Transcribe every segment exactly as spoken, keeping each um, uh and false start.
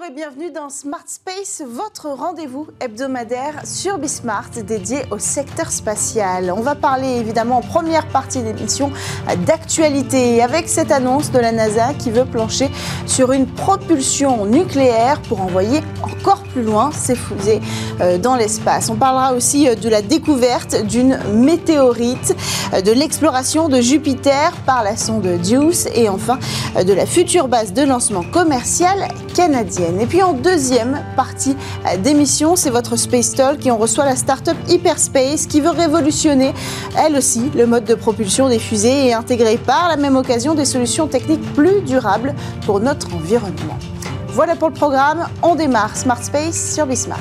Bonjour et bienvenue dans Smart Space, votre rendez-vous hebdomadaire sur Bismart dédié au secteur spatial. On va parler évidemment en première partie d'émission d'actualité avec cette annonce de la NASA qui veut plancher sur une propulsion nucléaire pour envoyer encore plus loin ses fusées dans l'espace. On parlera aussi de la découverte d'une météorite, de l'exploration de Jupiter par la sonde JUICE et enfin de la future base de lancement commerciale canadienne. Et puis en deuxième partie d'émission, c'est votre Space Talk et on reçoit la start-up Hyperspace qui veut révolutionner, elle aussi, le mode de propulsion des fusées et intégrer par la même occasion des solutions techniques plus durables pour notre environnement. Voilà pour le programme, on démarre Smart Space sur Bismart.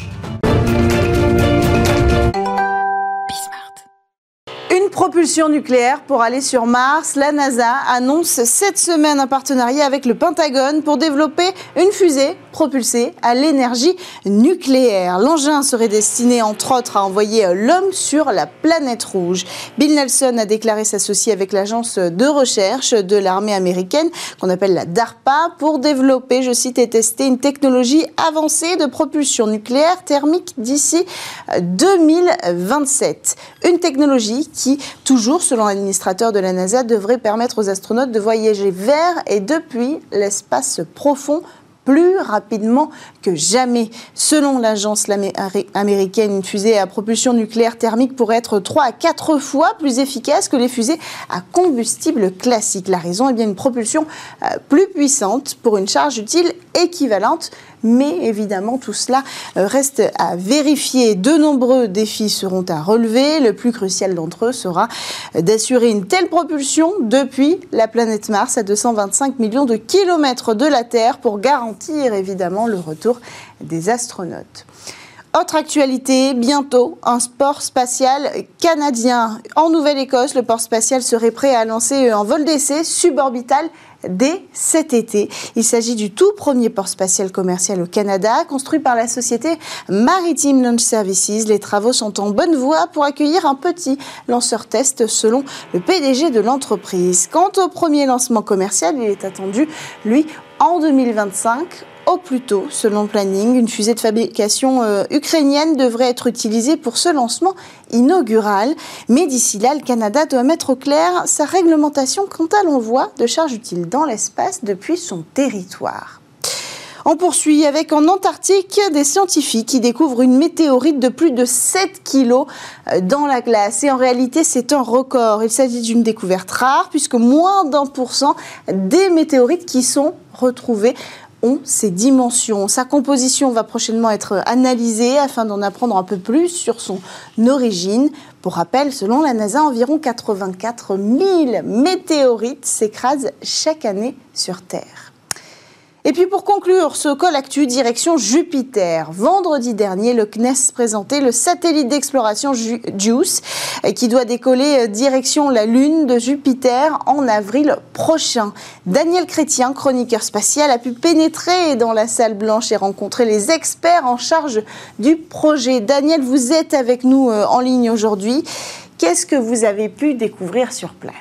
Une propulsion nucléaire pour aller sur Mars. La NASA annonce cette semaine un partenariat avec le Pentagone pour développer une fusée propulsée à l'énergie nucléaire. L'engin serait destiné entre autres à envoyer l'homme sur la planète rouge. Bill Nelson a déclaré s'associer avec l'agence de recherche de l'armée américaine qu'on appelle la DARPA pour développer, je cite, et tester une technologie avancée de propulsion nucléaire thermique d'ici deux mille vingt-sept. Une technologie qui, toujours selon l'administrateur de la NASA, devrait permettre aux astronautes de voyager vers et depuis l'espace profond plus rapidement que jamais. Selon l'agence américaine, une fusée à propulsion nucléaire thermique pourrait être trois à quatre fois plus efficace que les fusées à combustible classique. La raison est bien une propulsion plus puissante pour une charge utile équivalente. Mais évidemment, tout cela reste à vérifier. De nombreux défis seront à relever. Le plus crucial d'entre eux sera d'assurer une telle propulsion depuis la planète Mars à deux cent vingt-cinq millions de kilomètres de la Terre pour garantir évidemment le retour des astronautes. Autre actualité, bientôt un port spatial canadien. En Nouvelle-Écosse, le port spatial serait prêt à lancer un vol d'essai suborbital dès cet été. Il s'agit du tout premier port spatial commercial au Canada, construit par la société Maritime Launch Services. Les travaux sont en bonne voie pour accueillir un petit lanceur test selon le P D G de l'entreprise. Quant au premier lancement commercial, il est attendu, lui, en deux mille vingt-cinq. Au plus tôt, selon le planning, une fusée de fabrication euh, ukrainienne devrait être utilisée pour ce lancement inaugural. Mais d'ici là, le Canada doit mettre au clair sa réglementation quant à l'envoi de charges utiles dans l'espace depuis son territoire. On poursuit avec en Antarctique des scientifiques qui découvrent une météorite de plus de sept kilos dans la glace. Et en réalité, c'est un record. Il s'agit d'une découverte rare puisque moins d'un pour cent des météorites qui sont retrouvées ont ces dimensions. Sa composition va prochainement être analysée afin d'en apprendre un peu plus sur son origine. Pour rappel, selon la NASA, environ quatre-vingt-quatre mille météorites s'écrasent chaque année sur Terre. Et puis pour conclure ce call actu, direction Jupiter. Vendredi dernier, le C N E S présentait le satellite d'exploration JUICE qui doit décoller direction la Lune de Jupiter en avril prochain. Daniel Chrétien, chroniqueur spatial, a pu pénétrer dans la salle blanche et rencontrer les experts en charge du projet. Daniel, vous êtes avec nous en ligne aujourd'hui. Qu'est-ce que vous avez pu découvrir sur place ?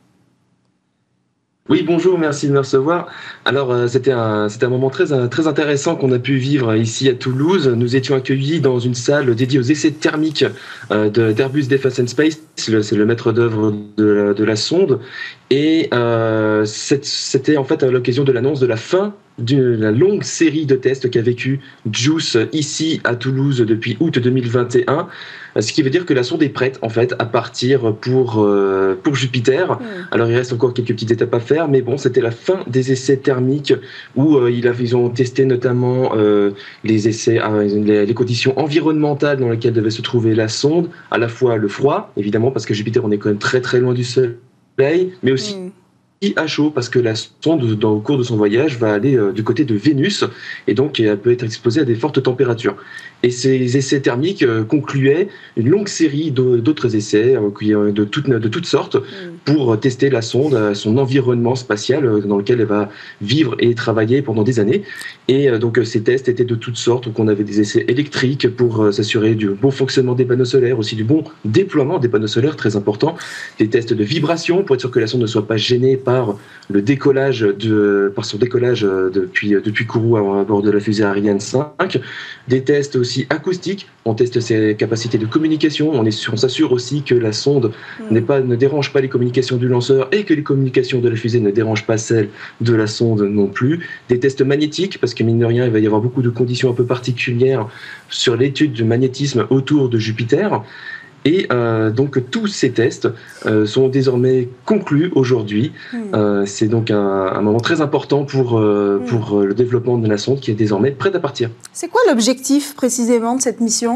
Oui, bonjour, merci de me recevoir. Alors, euh, c'était un, c'était un moment très, très intéressant qu'on a pu vivre ici à Toulouse. Nous étions accueillis dans une salle dédiée aux essais thermiques euh, de, d'Airbus Defence and Space. Le, c'est le maître d'œuvre de la, de la sonde. Et euh, c'était en fait à l'occasion de l'annonce de la fin de la longue série de tests qu'a vécu JUICE ici à Toulouse depuis août deux mille vingt et un. Ce qui veut dire que la sonde est prête en fait à partir pour, euh, pour Jupiter. Mmh. Alors il reste encore quelques petites étapes à faire, mais bon, c'était la fin des essais thermiques où euh, ils ont testé notamment euh, les essais, euh, les, les conditions environnementales dans lesquelles devait se trouver la sonde, à la fois le froid, évidemment, parce que Jupiter on est quand même très très loin du Soleil, mais aussi mmh. à chaud parce que la sonde, dans, au cours de son voyage, va aller euh, du côté de Vénus et donc elle peut être exposée à des fortes températures. Et ces essais thermiques euh, concluaient une longue série d'autres essais euh, de, toutes, de toutes sortes pour tester la sonde, euh, son environnement spatial euh, dans lequel elle va vivre et travailler pendant des années. Et euh, donc euh, ces tests étaient de toutes sortes. Donc on avait des essais électriques pour euh, s'assurer du bon fonctionnement des panneaux solaires, aussi du bon déploiement des panneaux solaires, très important. Des tests de vibration pour être sûr que la sonde ne soit pas gênée par le décollage de, par son décollage euh, depuis, euh, depuis Kourou à, à bord de la fusée Ariane cinq. Des tests aussi acoustique, on teste ses capacités de communication, on, est, on s'assure aussi que la sonde mmh. n'est pas, ne dérange pas les communications du lanceur et que les communications de la fusée ne dérangent pas celles de la sonde non plus. Des tests magnétiques, parce que mine de rien, il va y avoir beaucoup de conditions un peu particulières sur l'étude du magnétisme autour de Jupiter. Et euh, donc tous ces tests euh, sont désormais conclus aujourd'hui. Mmh. Euh, c'est donc un, un moment très important pour, euh, mmh. pour le développement de la sonde qui est désormais prête à partir. C'est quoi l'objectif précisément de cette mission ?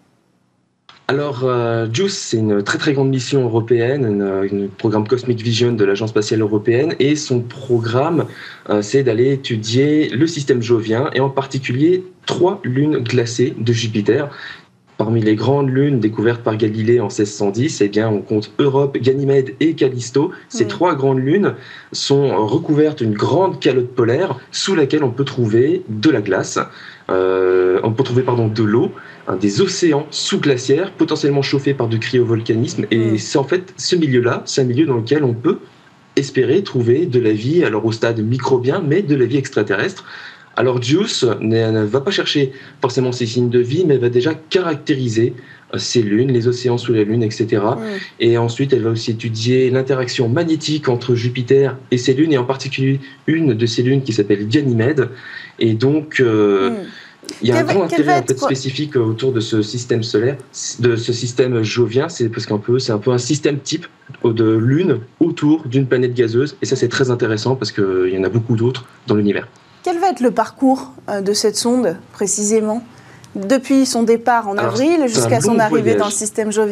Alors, euh, JUICE, c'est une très très grande mission européenne, un programme Cosmic Vision de l'Agence spatiale européenne, et son programme, euh, c'est d'aller étudier le système jovien, et en particulier trois lunes glacées de Jupiter. Parmi les grandes lunes découvertes par Galilée en seize cent dix, eh bien, on compte Europe, Ganymède et Callisto. Ces mmh. trois grandes lunes sont recouvertes d'une grande calotte polaire sous laquelle on peut trouver de la glace, euh, on peut trouver pardon, de l'eau, hein, des océans sous-glaciaires potentiellement chauffés par du cryovolcanisme. Et mmh. c'est en fait ce milieu-là, c'est un milieu dans lequel on peut espérer trouver de la vie, alors au stade microbien, mais de la vie extraterrestre. Alors JUICE ne va pas chercher forcément ces signes de vie, mais elle va déjà caractériser ces lunes, les océans sous la Lune, et cetera. Mmh. Et ensuite, elle va aussi étudier l'interaction magnétique entre Jupiter et ces lunes, et en particulier une de ces lunes qui s'appelle Ganymède. Et donc, euh, mmh. il y a quel un grand intérêt en fait, spécifique autour de ce système solaire, de ce système jovien, c'est parce qu'un peu, c'est un peu un système type de lune autour d'une planète gazeuse. Et ça, c'est très intéressant parce qu'il y en a beaucoup d'autres dans l'univers. Quel va être le parcours de cette sonde, précisément, depuis son départ en avril Alors, jusqu'à son arrivée voyage. dans le système jovien ?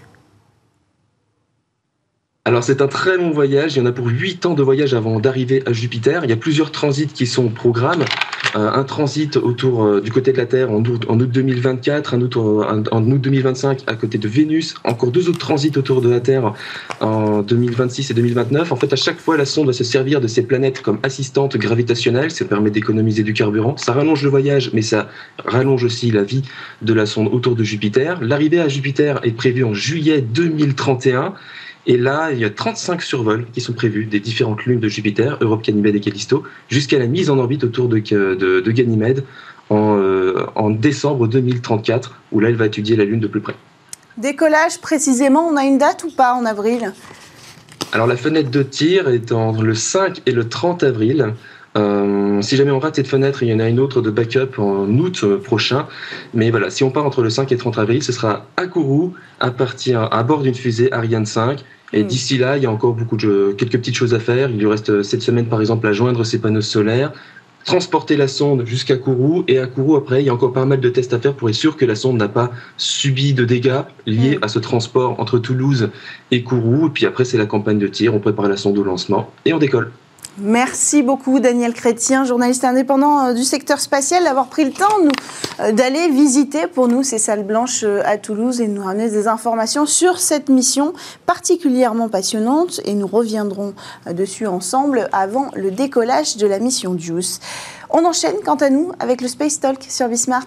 Alors c'est un très long voyage, il y en a pour huit ans de voyage avant d'arriver à Jupiter. Il y a plusieurs transits qui sont au programme. Euh, un transit autour euh, du côté de la Terre en août, en août deux mille vingt-quatre, un août, en, en août deux mille vingt-cinq à côté de Vénus, encore deux autres transits autour de la Terre en deux mille vingt-six et deux mille vingt-neuf. En fait, à chaque fois, la sonde va se servir de ces planètes comme assistantes gravitationnelles. Ça permet d'économiser du carburant. Ça rallonge le voyage, mais ça rallonge aussi la vie de la sonde autour de Jupiter. L'arrivée à Jupiter est prévue en juillet deux mille trente et un. Et là, il y a trente-cinq survols qui sont prévus des différentes lunes de Jupiter, Europe, Ganymède et Callisto, jusqu'à la mise en orbite autour de, de, de Ganymède en, euh, en décembre deux mille trente-quatre, où là, elle va étudier la Lune de plus près. Décollage, précisément, on a une date ou pas en avril ? Alors, la fenêtre de tir est entre le cinq et le trente avril. Euh, si jamais on rate cette fenêtre, il y en a une autre de backup en août prochain. Mais voilà, si on part entre le cinq et le trente avril, ce sera à Kourou, à partir à bord d'une fusée Ariane cinq. Et mmh. d'ici là, il y a encore beaucoup de, quelques petites choses à faire. Il lui reste cette semaine, par exemple, à joindre ses panneaux solaires, transporter la sonde jusqu'à Kourou. Et à Kourou, après, il y a encore pas mal de tests à faire pour être sûr que la sonde n'a pas subi de dégâts liés mmh. à ce transport entre Toulouse et Kourou. Et puis après, c'est la campagne de tir. On prépare la sonde au lancement et on décolle. Merci beaucoup Daniel Chrétien, journaliste indépendant du secteur spatial, d'avoir pris le temps nous, d'aller visiter pour nous ces salles blanches à Toulouse et de nous ramener des informations sur cette mission particulièrement passionnante. Et nous reviendrons dessus ensemble avant le décollage de la mission JUICE. On enchaîne quant à nous avec le Space Talk sur Bismart.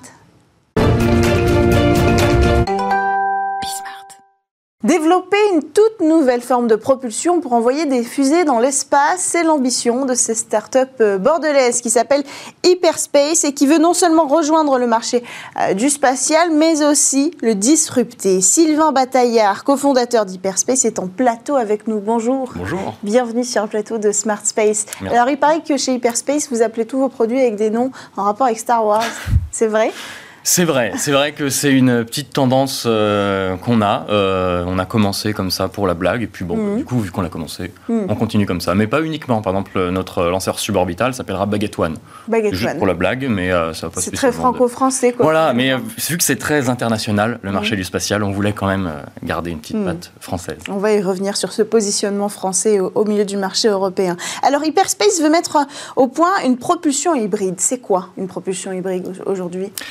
Développer une toute nouvelle forme de propulsion pour envoyer des fusées dans l'espace, c'est l'ambition de cette start-up bordelaise qui s'appelle Hyperspace et qui veut non seulement rejoindre le marché du spatial, mais aussi le disrupter. Sylvain Bataillard, cofondateur d'Hyperspace, est en plateau avec nous. Bonjour. Bonjour. Bienvenue sur le plateau de Smart Space. Merci. Alors, il paraît que chez Hyperspace, vous appelez tous vos produits avec des noms en rapport avec Star Wars. C'est vrai ? C'est vrai, c'est vrai que c'est une petite tendance euh, qu'on a. Euh, on a commencé comme ça pour la blague, et puis bon, mmh. du coup, vu qu'on a commencé, mmh. on continue comme ça. Mais pas uniquement. Par exemple, notre lanceur suborbital s'appellera Baguette One. Baguette Juste One. pour la blague, mais euh, ça va pas c'est très franco-français, quoi. Voilà, mais euh, vu que c'est très international, le marché mmh. du spatial, on voulait quand même euh, garder une petite mmh. patte française. On va y revenir sur ce positionnement français au, au milieu du marché européen. Alors, Hyperspace veut mettre au point une propulsion hybride. C'est quoi une propulsion hybride aujourd'hui ? Tout à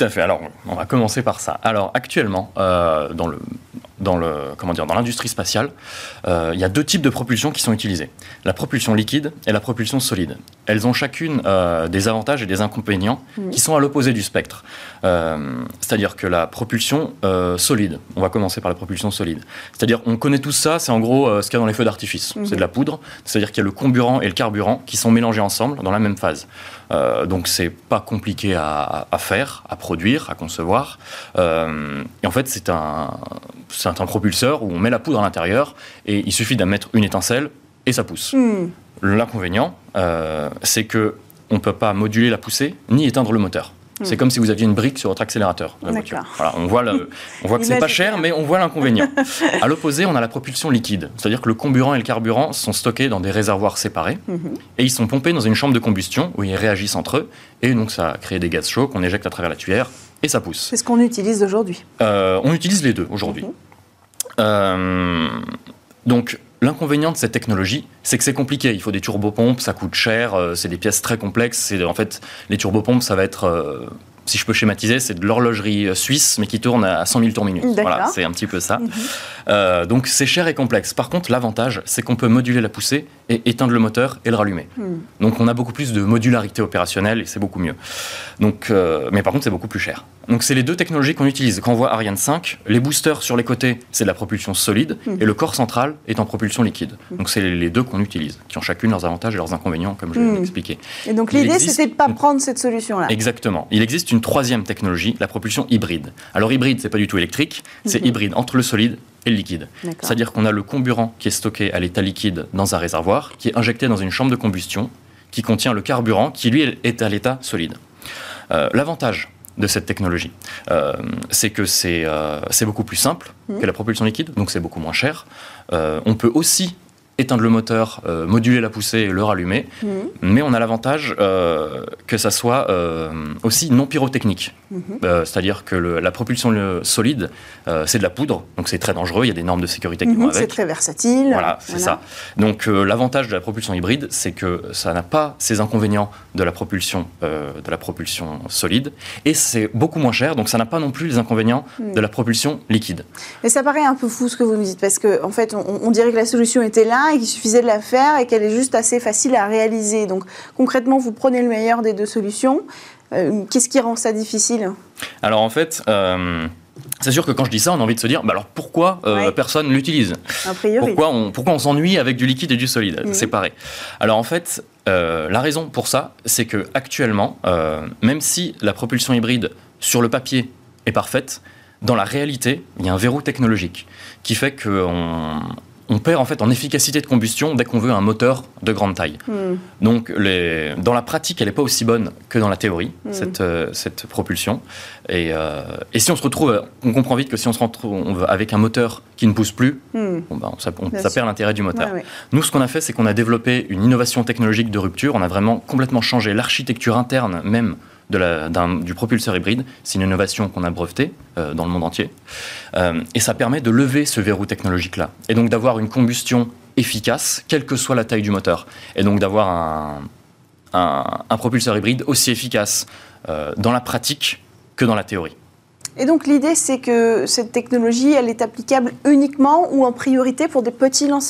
à fait. Alors, on va commencer par ça. Alors, actuellement, euh, dans le dans le comment dire dans l'industrie spatiale, euh, il y a deux types de propulsion qui sont utilisés, la propulsion liquide et la propulsion solide. Elles ont chacune euh, des avantages et des inconvénients mmh. qui sont à l'opposé du spectre. Euh, c'est-à-dire que la propulsion euh, solide, on va commencer par la propulsion solide. C'est-à-dire, on connaît tous ça, c'est en gros euh, ce qu'il y a dans les feux d'artifice. Mmh. C'est de la poudre, c'est-à-dire qu'il y a le comburant et le carburant qui sont mélangés ensemble dans la même phase. Euh, donc c'est pas compliqué à, à faire, à produire, à concevoir. Euh, et en fait, c'est un c'est un propulseur où on met la poudre à l'intérieur et il suffit d'en mettre une étincelle et ça pousse. Mmh. L'inconvénient, euh, c'est que on ne peut pas moduler la poussée ni éteindre le moteur. Mmh. C'est comme si vous aviez une brique sur votre accélérateur de la voiture. Voilà, on voit, le, on voit que c'est pas cher, mais on voit l'inconvénient. À l'opposé, on a la propulsion liquide, c'est-à-dire que le comburant et le carburant sont stockés dans des réservoirs séparés mmh. et ils sont pompés dans une chambre de combustion où ils réagissent entre eux et donc ça crée des gaz chauds qu'on éjecte à travers la tuyère et ça pousse. C'est ce qu'on utilise aujourd'hui. Euh, on utilise les deux aujourd'hui. Mmh. Euh, donc l'inconvénient de cette technologie, c'est que c'est compliqué. Il faut des turbopompes, ça coûte cher, euh, c'est des pièces très complexes. C'est, en fait, les turbopompes, ça va être, euh, si je peux schématiser, c'est de l'horlogerie suisse, mais qui tourne à cent mille tours minute. Voilà, c'est un petit peu ça. Mmh. Euh, donc c'est cher et complexe. Par contre, l'avantage, c'est qu'on peut moduler la poussée et éteindre le moteur et le rallumer. Mmh. Donc on a beaucoup plus de modularité opérationnelle et c'est beaucoup mieux. Donc, euh, mais par contre, c'est beaucoup plus cher. Donc c'est les deux technologies qu'on utilise. Quand on voit Ariane cinq, les boosters sur les côtés, c'est de la propulsion solide mmh. et le corps central est en propulsion liquide. Mmh. Donc c'est les deux qu'on utilise, qui ont chacune leurs avantages et leurs inconvénients, comme je mmh. l'ai expliqué. Et donc l'idée, existe... c'était de ne pas prendre cette solution-là. Exactement. Il existe une troisième technologie, la propulsion hybride. Alors hybride, c'est pas du tout électrique, c'est mmh. hybride entre le solide et le liquide. D'accord. C'est-à-dire qu'on a le comburant qui est stocké à l'état liquide dans un réservoir, qui est injecté dans une chambre de combustion, qui contient le carburant, qui lui est à l'état solide. Euh, l'avantage de cette technologie, euh, c'est que c'est, euh, c'est beaucoup plus simple mmh. que la propulsion liquide, donc c'est beaucoup moins cher. Euh, on peut aussi éteindre le moteur, euh, moduler la poussée et le rallumer, mmh. mais on a l'avantage euh, que ça soit euh, aussi non pyrotechnique. Mmh. Euh, c'est-à-dire que le, la propulsion le, solide, euh, c'est de la poudre, donc c'est très dangereux, il y a des normes de sécurité qui mmh, vont avec. C'est très versatile. Voilà, c'est voilà. ça. Donc euh, l'avantage de la propulsion hybride, c'est que ça n'a pas ces inconvénients de la propulsion, euh, de la propulsion solide, et c'est beaucoup moins cher, donc ça n'a pas non plus les inconvénients mmh. de la propulsion liquide. Et ça paraît un peu fou ce que vous nous dites, parce qu'en en fait, on, on dirait que la solution était là, et qu'il suffisait de la faire et qu'elle est juste assez facile à réaliser. Donc concrètement, vous prenez le meilleur des deux solutions. Euh, qu'est-ce qui rend ça difficile ? Alors en fait, euh, c'est sûr que quand je dis ça, on a envie de se dire, bah alors pourquoi euh, ouais. personne l'utilise ? A priori. Pourquoi on, pourquoi on s'ennuie avec du liquide et du solide mmh. séparés ? Alors en fait, euh, la raison pour ça, c'est que actuellement, euh, même si la propulsion hybride sur le papier est parfaite, dans la réalité, il y a un verrou technologique qui fait qu'on on perd en fait en efficacité de combustion dès qu'on veut un moteur de grande taille. Mmh. Donc les, dans la pratique, elle n'est pas aussi bonne que dans la théorie, mmh. cette, euh, cette propulsion. Et, euh, et si on se retrouve, on comprend vite que si on se retrouve on va, avec un moteur qui ne pousse plus, mmh. bon ben, ça, on, ça perd l'intérêt du moteur. Ouais, ouais. Nous, ce qu'on a fait, c'est qu'on a développé une innovation technologique de rupture. On a vraiment complètement changé l'architecture interne même De la, d'un, du propulseur hybride. C'est une innovation qu'on a brevetée euh, dans le monde entier. Euh, et ça permet de lever ce verrou technologique-là. Et donc d'avoir une combustion efficace, quelle que soit la taille du moteur. Et donc d'avoir un, un, un propulseur hybride aussi efficace euh, dans la pratique que dans la théorie. Et donc l'idée, c'est que cette technologie, elle est applicable uniquement ou en priorité pour des petits lanceurs ?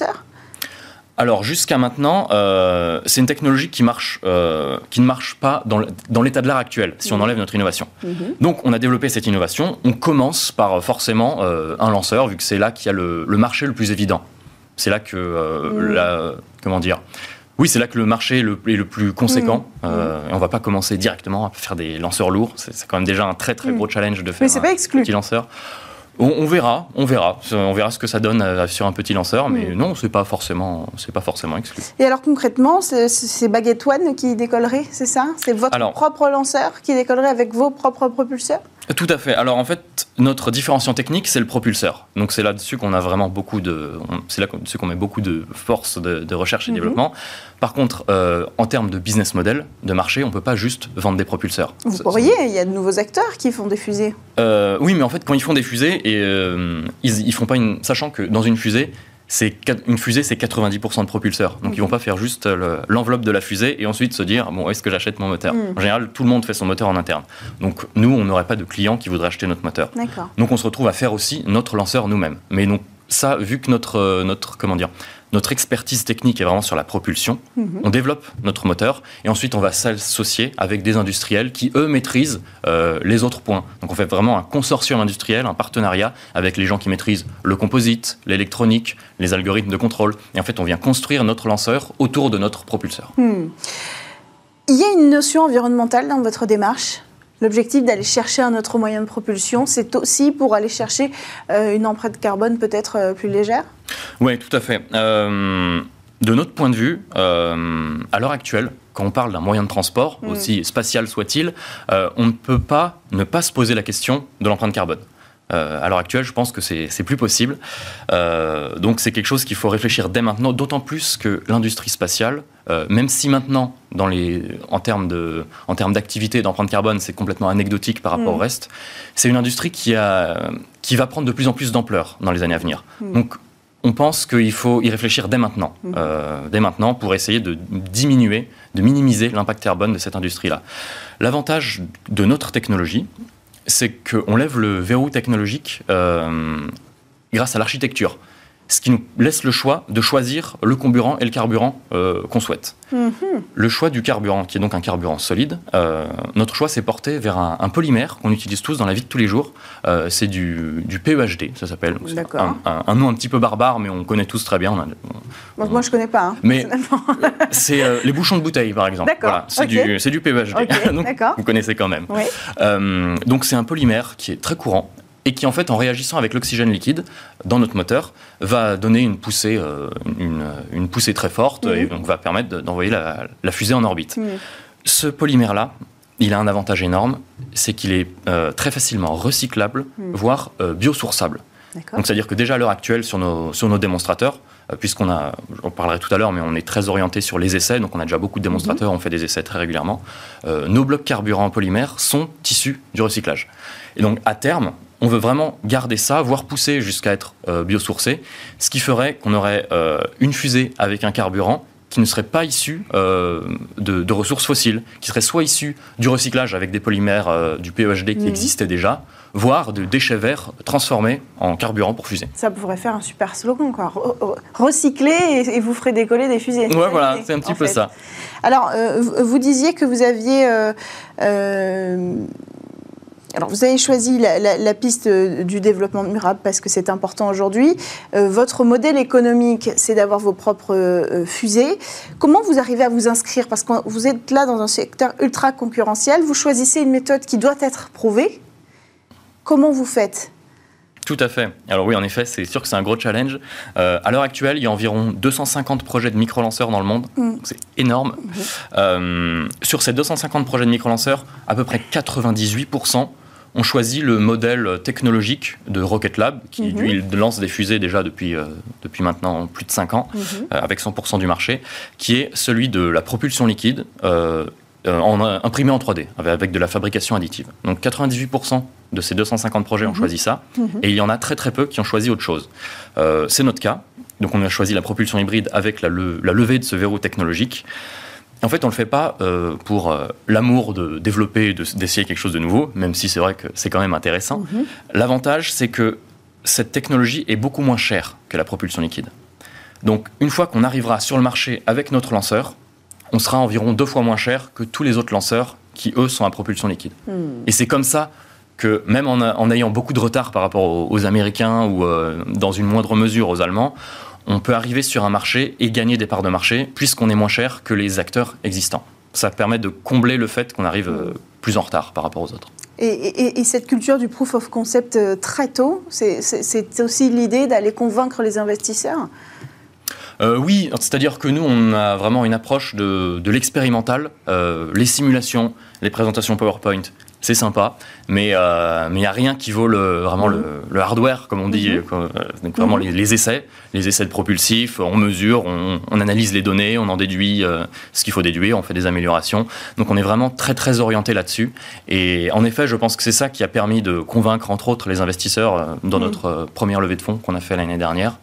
Alors jusqu'à maintenant, euh, c'est une technologie qui, marche, euh, qui ne marche pas dans, le, dans l'état de l'art actuel, si mmh. on enlève notre innovation. Mmh. Donc on a développé cette innovation, on commence par forcément euh, un lanceur, vu que c'est là qu'il y a le, le marché le plus évident. C'est là que, euh, mmh. la, comment dire, oui, c'est là que le marché est le, est le plus conséquent. Mmh. Euh, et on ne va pas commencer directement à faire des lanceurs lourds, c'est, c'est quand même déjà un très très gros mmh. challenge de faire Mais c'est pas exclu. un petit lanceur. On, on verra, on verra, on verra ce que ça donne sur un petit lanceur, mais mmh. non, c'est pas forcément, c'est pas forcément exclu. Et alors concrètement, c'est, c'est Baguette One qui décollerait, c'est ça ? C'est votre alors, propre lanceur qui décollerait avec vos propres propulseurs ? Tout à fait. Alors en fait, notre différenciant technique, c'est le propulseur. Donc c'est là-dessus qu'on a vraiment beaucoup de, on, c'est là-dessus qu'on met beaucoup de force de, de recherche et mmh. développement. Par contre, euh, en termes de business model, de marché, on peut pas juste vendre des propulseurs. Vous pourriez, il y a de nouveaux acteurs qui font des fusées. Euh, oui, mais en fait, quand ils font des fusées, et, euh, ils, ils font pas une, sachant que dans une fusée, c'est une fusée, c'est quatre-vingt-dix pour cent de propulseurs. Donc, mmh. ils vont pas faire juste le, l'enveloppe de la fusée et ensuite se dire, bon, est-ce que j'achète mon moteur ? mmh. En général, tout le monde fait son moteur en interne. Donc, nous, on n'aurait pas de clients qui voudraient acheter notre moteur. D'accord. Donc, on se retrouve à faire aussi notre lanceur nous-mêmes. Mais donc, ça, vu que notre, notre, comment dire, notre expertise technique est vraiment sur la propulsion, mmh. on développe notre moteur et ensuite on va s'associer avec des industriels qui, eux, maîtrisent euh, les autres points. Donc on fait vraiment un consortium industriel, un partenariat avec les gens qui maîtrisent le composite, l'électronique, les algorithmes de contrôle. Et en fait, on vient construire notre lanceur autour de notre propulseur. Mmh. Il y a une notion environnementale dans votre démarche ? L'objectif d'aller chercher un autre moyen de propulsion, c'est aussi pour aller chercher euh, une empreinte carbone peut-être euh, plus légère ? Oui, tout à fait. Euh, de notre point de vue, euh, à l'heure actuelle, quand on parle d'un moyen de transport, mmh. aussi spatial soit-il, euh, on ne peut pas ne pas se poser la question de l'empreinte carbone. Euh, à l'heure actuelle, je pense que c'est, c'est plus possible. Euh, donc c'est quelque chose qu'il faut réfléchir dès maintenant, d'autant plus que l'industrie spatiale, euh, même si maintenant, dans les, en, termes de, en termes d'activité d'empreinte carbone, c'est complètement anecdotique par rapport mmh. au reste, c'est une industrie qui, a, qui va prendre de plus en plus d'ampleur dans les années à venir. Mmh. Donc on pense qu'il faut y réfléchir dès maintenant, mmh. euh, dès maintenant pour essayer de diminuer, de minimiser l'impact carbone de cette industrie-là. L'avantage de notre technologie, c'est qu'on lève le verrou technologique euh, grâce à l'architecture, ce qui nous laisse le choix de choisir le comburant et le carburant euh, qu'on souhaite. Mm-hmm. Le choix du carburant, qui est donc un carburant solide, euh, notre choix s'est porté vers un, un polymère qu'on utilise tous dans la vie de tous les jours. Euh, c'est du, du P E H D, ça s'appelle. C'est un, un, un nom un petit peu barbare, mais on connaît tous très bien. On a, on, bon, moi, je ne connais pas. Hein, mais c'est euh, les bouchons de bouteille, par exemple. Voilà, c'est, okay. du, c'est du P E H D. Okay, donc, vous connaissez quand même. Oui. Euh, donc, c'est un polymère qui est très courant et qui, en fait, en réagissant avec l'oxygène liquide dans notre moteur, va donner une poussée, euh, une, une poussée très forte mmh. et donc va permettre de, d'envoyer la, la fusée en orbite. Mmh. Ce polymère-là, il a un avantage énorme, c'est qu'il est euh, très facilement recyclable, mmh. voire euh, biosourçable. D'accord. Donc, c'est-à-dire que déjà à l'heure actuelle, sur nos, sur nos démonstrateurs, euh, puisqu'on a, j'en parlerai tout à l'heure, mais on est très orienté sur les essais, donc on a déjà beaucoup de démonstrateurs, mmh. on fait des essais très régulièrement, euh, nos blocs carburants en polymère sont issus du recyclage. Et donc, à terme, on veut vraiment garder ça, voire pousser jusqu'à être euh, biosourcé, ce qui ferait qu'on aurait euh, une fusée avec un carburant qui ne serait pas issu euh, de, de ressources fossiles, qui serait soit issu du recyclage avec des polymères euh, du P E H D qui mmh. existaient déjà, voire de déchets verts transformés en carburant pour fusée. Ça pourrait faire un super slogan, quoi. Recycler et, et vous ferez décoller des fusées. Ouais, voilà, c'est un petit peu fait. ça. Alors, euh, vous disiez que vous aviez... Euh, euh, Alors, vous avez choisi la, la, la piste du développement durable parce que c'est important aujourd'hui. Euh, votre modèle économique, c'est d'avoir vos propres euh, fusées. Comment vous arrivez à vous inscrire ? Parce que vous êtes là dans un secteur ultra concurrentiel. Vous choisissez une méthode qui doit être prouvée. Comment vous faites ? Tout à fait. Alors oui, en effet, c'est sûr que c'est un gros challenge. Euh, à l'heure actuelle, il y a environ deux cent cinquante projets de micro-lanceurs dans le monde. Mmh. Donc c'est énorme. Mmh. Euh, sur ces deux cent cinquante projets de micro-lanceurs, à peu près quatre-vingt-dix-huit pour cent ont choisi le modèle technologique de Rocket Lab, qui mmh. lui lance des fusées déjà depuis, euh, depuis maintenant plus de cinq ans, mmh. euh, avec cent pour cent du marché, qui est celui de la propulsion liquide euh, euh, en, imprimée en trois D, avec de la fabrication additive. Donc quatre-vingt-dix-huit pour cent de ces deux cent cinquante projets mmh. ont choisi ça, mmh. et il y en a très très peu qui ont choisi autre chose. Euh, c'est notre cas, donc on a choisi la propulsion hybride avec la, le, la levée de ce verrou technologique. En fait, on ne le fait pas euh, pour euh, l'amour de développer, de, d'essayer quelque chose de nouveau, même si c'est vrai que c'est quand même intéressant. Mmh. L'avantage, c'est que cette technologie est beaucoup moins chère que la propulsion liquide. Donc, une fois qu'on arrivera sur le marché avec notre lanceur, on sera environ deux fois moins cher que tous les autres lanceurs qui, eux, sont à propulsion liquide. Mmh. Et c'est comme ça que, même en, a, en ayant beaucoup de retard par rapport aux, aux Américains ou euh, dans une moindre mesure aux Allemands, on peut arriver sur un marché et gagner des parts de marché puisqu'on est moins cher que les acteurs existants. Ça permet de combler le fait qu'on arrive euh, plus en retard par rapport aux autres. Et, et, et cette culture du proof of concept euh, très tôt, c'est, c'est, c'est aussi l'idée d'aller convaincre les investisseurs ? Euh, oui, c'est-à-dire que nous, on a vraiment une approche de, de l'expérimental. Euh, les simulations, les présentations PowerPoint, c'est sympa, mais il euh, n'y a rien qui vaut le, vraiment mmh. le, le hardware, comme on dit. Mmh. Donc vraiment mmh. les, les essais, les essais de propulsifs, on mesure, on, on analyse les données, on en déduit euh, ce qu'il faut déduire, on fait des améliorations. Donc on est vraiment très très orienté là-dessus. Et en effet, je pense que c'est ça qui a permis de convaincre, entre autres, les investisseurs euh, dans mmh. notre euh, première levée de fonds qu'on a fait l'année dernière.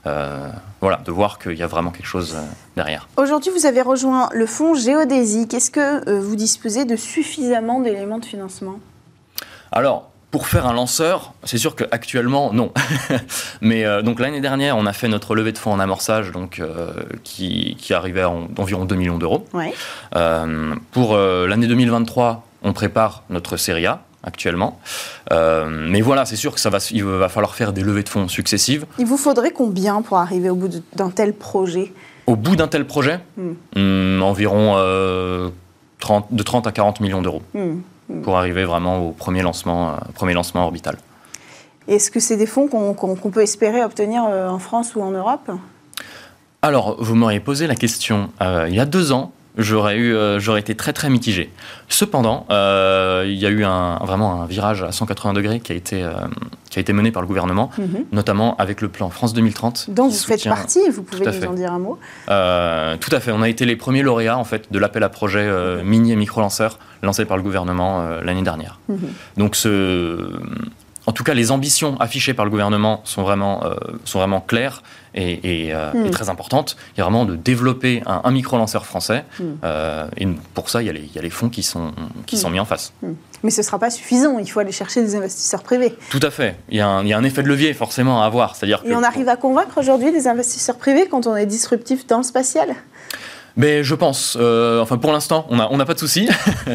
euh, voilà, de voir qu'il y a vraiment quelque chose euh, derrière. Aujourd'hui, vous avez rejoint le fonds Géodésique. Est-ce que euh, vous disposez de suffisamment d'éléments de financement ? Alors, pour faire un lanceur, c'est sûr qu'actuellement, non. Mais euh, donc l'année dernière, on a fait notre levée de fonds en amorçage, donc, euh, qui, qui arrivait à environ deux millions d'euros. Ouais. Euh, pour euh, l'année deux mille vingt-trois, on prépare notre série A, actuellement. Euh, mais voilà, c'est sûr que ça va, il va falloir faire des levées de fonds successives. Il vous faudrait combien pour arriver au bout de, d'un tel projet ? Au bout d'un tel projet, mm. hum, environ euh, trente, de trente à quarante millions d'euros. Mm. Pour arriver vraiment au premier lancement, euh, premier lancement orbital. Est-ce que c'est des fonds qu'on, qu'on, qu'on peut espérer obtenir euh, en France ou en Europe ? Alors, vous m'auriez posé la question euh, il y a deux ans, j'aurais, eu, euh, j'aurais été très très mitigé. Cependant, euh, il y a eu un, vraiment un virage à cent quatre-vingts degrés qui a été, euh, qui a été mené par le gouvernement, mm-hmm. notamment avec le plan France deux mille trente. Dont vous soutient... faites partie, vous pouvez nous fait. en dire un mot ? euh, Tout à fait, on a été les premiers lauréats en fait, de l'appel à projet euh, mini et micro-lanceurs lancé par le gouvernement euh, l'année dernière. Mm-hmm. Donc, ce... en tout cas, les ambitions affichées par le gouvernement sont vraiment, euh, sont vraiment claires et, et, euh, mm. et très importantes. Il y a vraiment de développer un, un micro-lanceur français. Mm. Euh, et pour ça, il y a les, il y a les fonds qui sont, qui mm. sont mis en face. Mm. Mais ce ne sera pas suffisant. Il faut aller chercher des investisseurs privés. Tout à fait. Il y a un, il y a un effet de levier forcément à avoir. C'est-à-dire et que... on arrive à convaincre aujourd'hui des investisseurs privés quand on est disruptif dans le spatial ? Mais je pense. Euh, enfin, pour l'instant, on n'a on n'a pas de souci.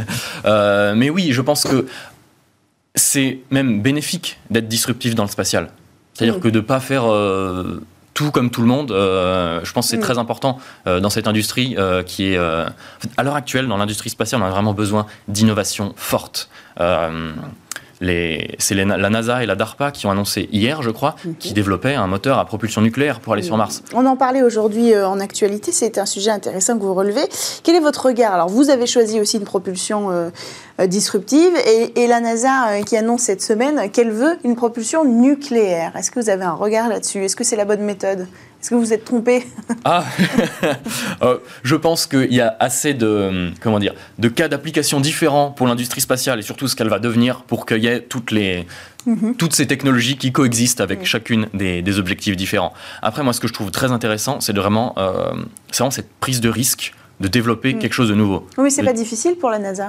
euh, mais oui, je pense que c'est même bénéfique d'être disruptif dans le spatial. C'est-à-dire mmh. que de ne pas faire euh, tout comme tout le monde, euh, je pense que c'est mmh. très important euh, dans cette industrie euh, qui est... Euh, à l'heure actuelle, dans l'industrie spatiale, on a vraiment besoin d'innovation forte. Euh, les, c'est les, la NASA et la DARPA qui ont annoncé hier, je crois, mmh. qui développaient un moteur à propulsion nucléaire pour aller mmh. sur Mars. On en parlait aujourd'hui euh, en actualité, c'est un sujet intéressant que vous relevez. Quel est votre regard ? Alors, vous avez choisi aussi une propulsion euh, euh, disruptive et, et la NASA euh, qui annonce cette semaine qu'elle veut une propulsion nucléaire. Est-ce que vous avez un regard là-dessus ? Est-ce que c'est la bonne méthode ? Est-ce que vous vous êtes trompé ? Ah, euh, je pense qu'il y a assez de, comment dire, de cas d'application différents pour l'industrie spatiale et surtout ce qu'elle va devenir pour qu'il y ait toutes, les, mm-hmm. toutes ces technologies qui coexistent avec mm. chacune des, des objectifs différents. Après, moi, ce que je trouve très intéressant, c'est de vraiment, euh, c'est vraiment cette prise de risque de développer mm. quelque chose de nouveau. Oui, mais c'est de... pas difficile pour la NASA.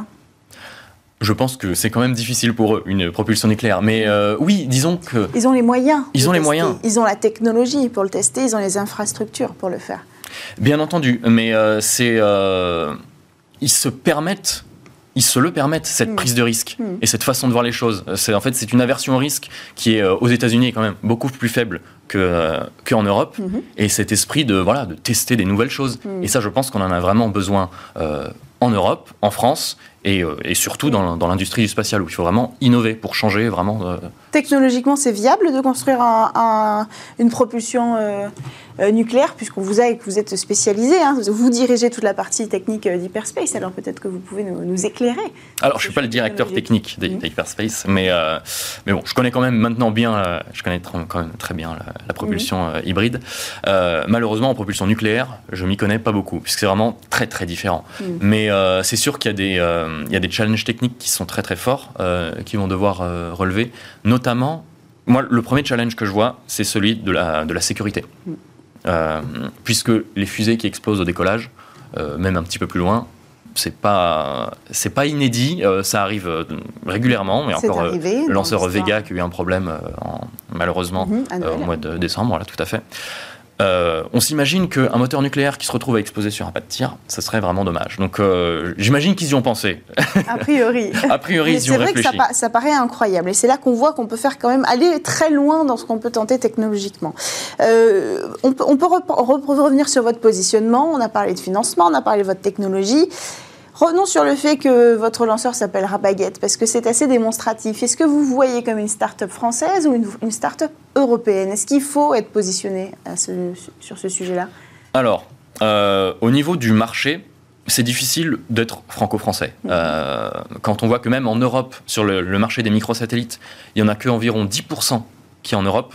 Je pense que c'est quand même difficile pour eux, une propulsion nucléaire. Mais euh, oui, disons que... Ils ont les moyens. Ils ont les tester. moyens. Ils ont la technologie pour le tester, ils ont les infrastructures pour le faire. Bien entendu, mais euh, c'est... Euh, ils se permettent... Ils se le permettent, cette mmh. prise de risque mmh. et cette façon de voir les choses. C'est, en fait, c'est une aversion au risque qui est, euh, aux États-Unis, quand même beaucoup plus faible que, euh, qu'en Europe. Mmh. Et cet esprit de, voilà, de tester des nouvelles choses. Mmh. Et ça, je pense qu'on en a vraiment besoin euh, en Europe, en France, et, euh, et surtout dans, dans l'industrie du spatial, où il faut vraiment innover pour changer vraiment... Euh... Technologiquement, c'est viable de construire un, un, une propulsion euh, euh, nucléaire, puisqu'on vous a et que vous êtes spécialisé. Hein, vous dirigez toute la partie technique d'Hyperspace, alors peut-être que vous pouvez nous, nous éclairer. Alors, je ne suis pas le directeur technique d'Hyperspace, mais, euh, mais bon, je connais quand même maintenant bien, euh, je connais quand même très bien la, la propulsion euh, hybride. Euh, malheureusement, en propulsion nucléaire, je m'y connais pas beaucoup, puisque c'est vraiment très très différent. Mm. Mais euh, c'est sûr qu'il y a des, euh, il y a des challenges techniques qui sont très très forts, euh, qui vont devoir euh, relever, notamment, moi, le premier challenge que je vois, c'est celui de la, de la sécurité. Mm. Euh, puisque les fusées qui explosent au décollage, euh, même un petit peu plus loin, c'est pas, c'est pas inédit, euh, ça arrive euh, régulièrement. Il y a encore arrivé, euh, le lanceur Vega qui a eu un problème, euh, en, malheureusement, mm-hmm, euh, au mois de décembre, voilà, tout à fait. Euh, on s'imagine qu'un moteur nucléaire qui se retrouve à exploser sur un pas de tir, ça serait vraiment dommage. Donc euh, j'imagine qu'ils y ont pensé. A priori. A priori, ils y ont réfléchi. C'est vrai que ça, ça paraît incroyable. Et c'est là qu'on voit qu'on peut faire quand même aller très loin dans ce qu'on peut tenter technologiquement. Euh, on peut, on peut rep- rep- revenir sur votre positionnement. On a parlé de financement, on a parlé de votre technologie. Revenons sur le fait que votre lanceur s'appellera Baguette, parce que c'est assez démonstratif. Est-ce que vous voyez comme une start-up française ou une, une start-up européenne ? Est-ce qu'il faut être positionné à ce, sur ce sujet-là ? Alors, euh, au niveau du marché, c'est difficile d'être franco-français. Mmh. Euh, quand on voit que même en Europe, sur le, le marché des microsatellites, il n'y en a qu'environ dix pour cent qui est en Europe.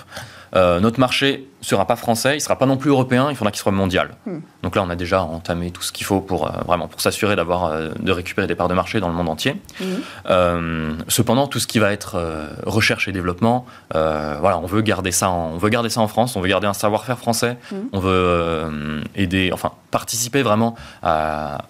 Euh, notre marché ne sera pas français, il ne sera pas non plus européen, il faudra qu'il soit mondial. Mm. Donc là, on a déjà entamé tout ce qu'il faut pour, euh, vraiment, pour s'assurer d'avoir, euh, de récupérer des parts de marché dans le monde entier. Mm. Euh, cependant, tout ce qui va être euh, recherche et développement, euh, voilà, on veut garder ça en, on veut garder ça en France, on veut garder un savoir-faire français, mm. on veut euh, aider, enfin, participer vraiment à...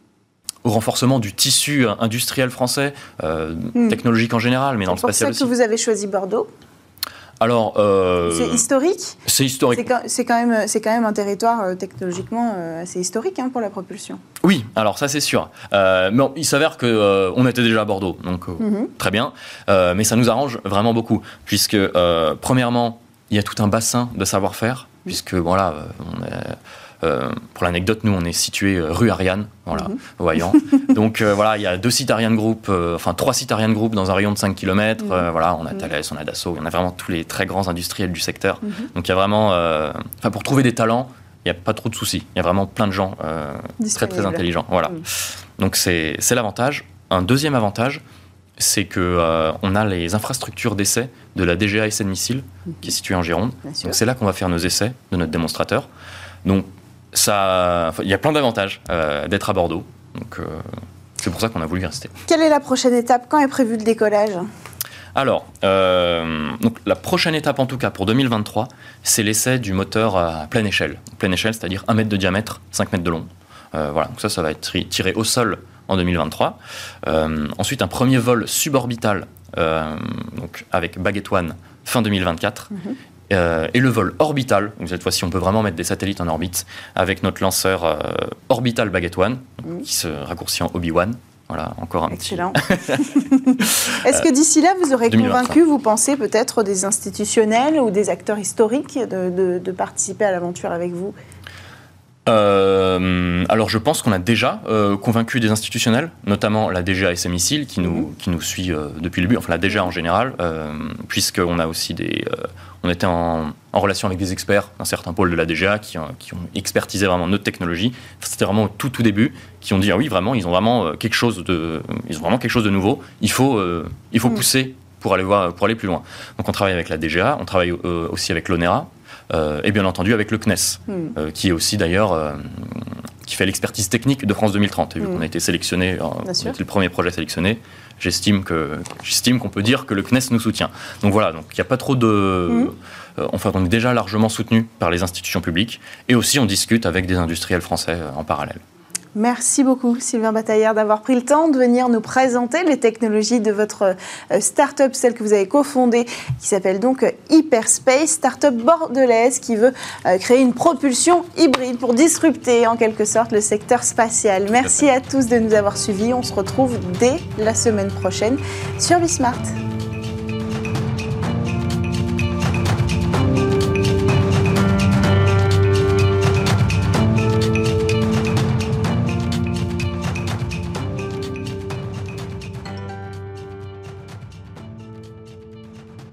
au renforcement du tissu industriel français, euh, mm. technologique en général, mais dans le spatial aussi. C'est pour ça que vous avez choisi Bordeaux ? Alors, euh, c'est historique. C'est historique. C'est quand, c'est quand même, c'est quand même un territoire euh, technologiquement euh, assez historique hein, pour la propulsion. Oui, alors ça c'est sûr. Euh, mais on, il s'avère que euh, on était déjà à Bordeaux, donc euh, mm-hmm. très bien. Euh, mais ça nous arrange vraiment beaucoup, puisque euh, premièrement, il y a tout un bassin de savoir-faire, mm. puisque voilà, on est, euh, pour l'anecdote, nous on est situé rue Ariane, voilà, mm-hmm. voyant. Donc euh, voilà, il y a deux sites Ariane Group, euh, enfin trois sites Ariane Group dans un rayon de cinq kilomètres. Mm-hmm. Euh, voilà, on a Thales, on a Dassault, on a vraiment tous les très grands industriels du secteur. Mm-hmm. Donc il y a vraiment, euh, enfin pour trouver des talents, il n'y a pas trop de soucis. Il y a vraiment plein de gens euh, très très intelligents. Voilà. Mm. Donc c'est, c'est l'avantage. Un deuxième avantage, c'est qu'on euh, a les infrastructures d'essai de la D G A Essais de Missiles, mm-hmm. qui est située en Gironde. Donc c'est là qu'on va faire nos essais de notre démonstrateur. Donc ça, il y a plein d'avantages euh, d'être à Bordeaux. Donc euh, c'est pour ça qu'on a voulu y rester. Quelle est la prochaine étape ? Quand est prévu le décollage ? Alors, euh, donc la prochaine étape en tout cas pour deux mille vingt-trois, c'est l'essai du moteur à pleine échelle. Pleine échelle, c'est-à-dire un mètre de diamètre, cinq mètres de long. Euh, voilà, donc ça, ça va être tiré au sol en deux mille vingt-trois. Euh, ensuite, un premier vol suborbital euh, donc avec Baguette One fin deux mille vingt-quatre. Mm-hmm. Euh, et le vol orbital, donc cette fois-ci on peut vraiment mettre des satellites en orbite avec notre lanceur euh, orbital Baguette One, mmh. qui se raccourcit en Obi-Wan. Voilà, encore un Excellent. petit... Est-ce que d'ici là vous aurez deux mille vingt-cinq. Convaincu, vous pensez peut-être des institutionnels ou des acteurs historiques de, de, de participer à l'aventure avec vous ? Euh, alors je pense qu'on a déjà euh, convaincu des institutionnels, notamment la D G A Essais Missiles qui nous, mmh. qui nous suit euh, depuis le début, enfin la D G A en général, euh, puisqu'on a aussi des... Euh, on était en, en relation avec des experts d'un certain pôle de la D G A qui, qui ont expertisé vraiment notre technologie. C'était vraiment au tout tout début, qui ont dit ah oui vraiment ils ont vraiment quelque chose de, ils ont vraiment quelque chose de nouveau. Il faut, euh, il faut mmh. pousser pour aller voir, pour aller plus loin. Donc on travaille avec la D G A, on travaille euh, aussi avec l'ONERA. Euh, et bien entendu avec le C N E S, mm. euh, qui est aussi d'ailleurs euh, qui fait l'expertise technique de France deux mille trente. Et vu mm. qu'on a été sélectionné, euh, on était le premier projet sélectionné, j'estime que j'estime qu'on peut dire que le C N E S nous soutient. Donc voilà, donc il n'y a pas trop de, mm. euh, enfin on est déjà largement soutenu par les institutions publiques et aussi on discute avec des industriels français euh, en parallèle. Merci beaucoup Sylvain Bataillard d'avoir pris le temps de venir nous présenter les technologies de votre start-up, celle que vous avez cofondée, qui s'appelle donc Hyperspace, start-up bordelaise qui veut créer une propulsion hybride pour disrupter en quelque sorte le secteur spatial. Merci à tous de nous avoir suivis. On se retrouve dès la semaine prochaine sur Bismart.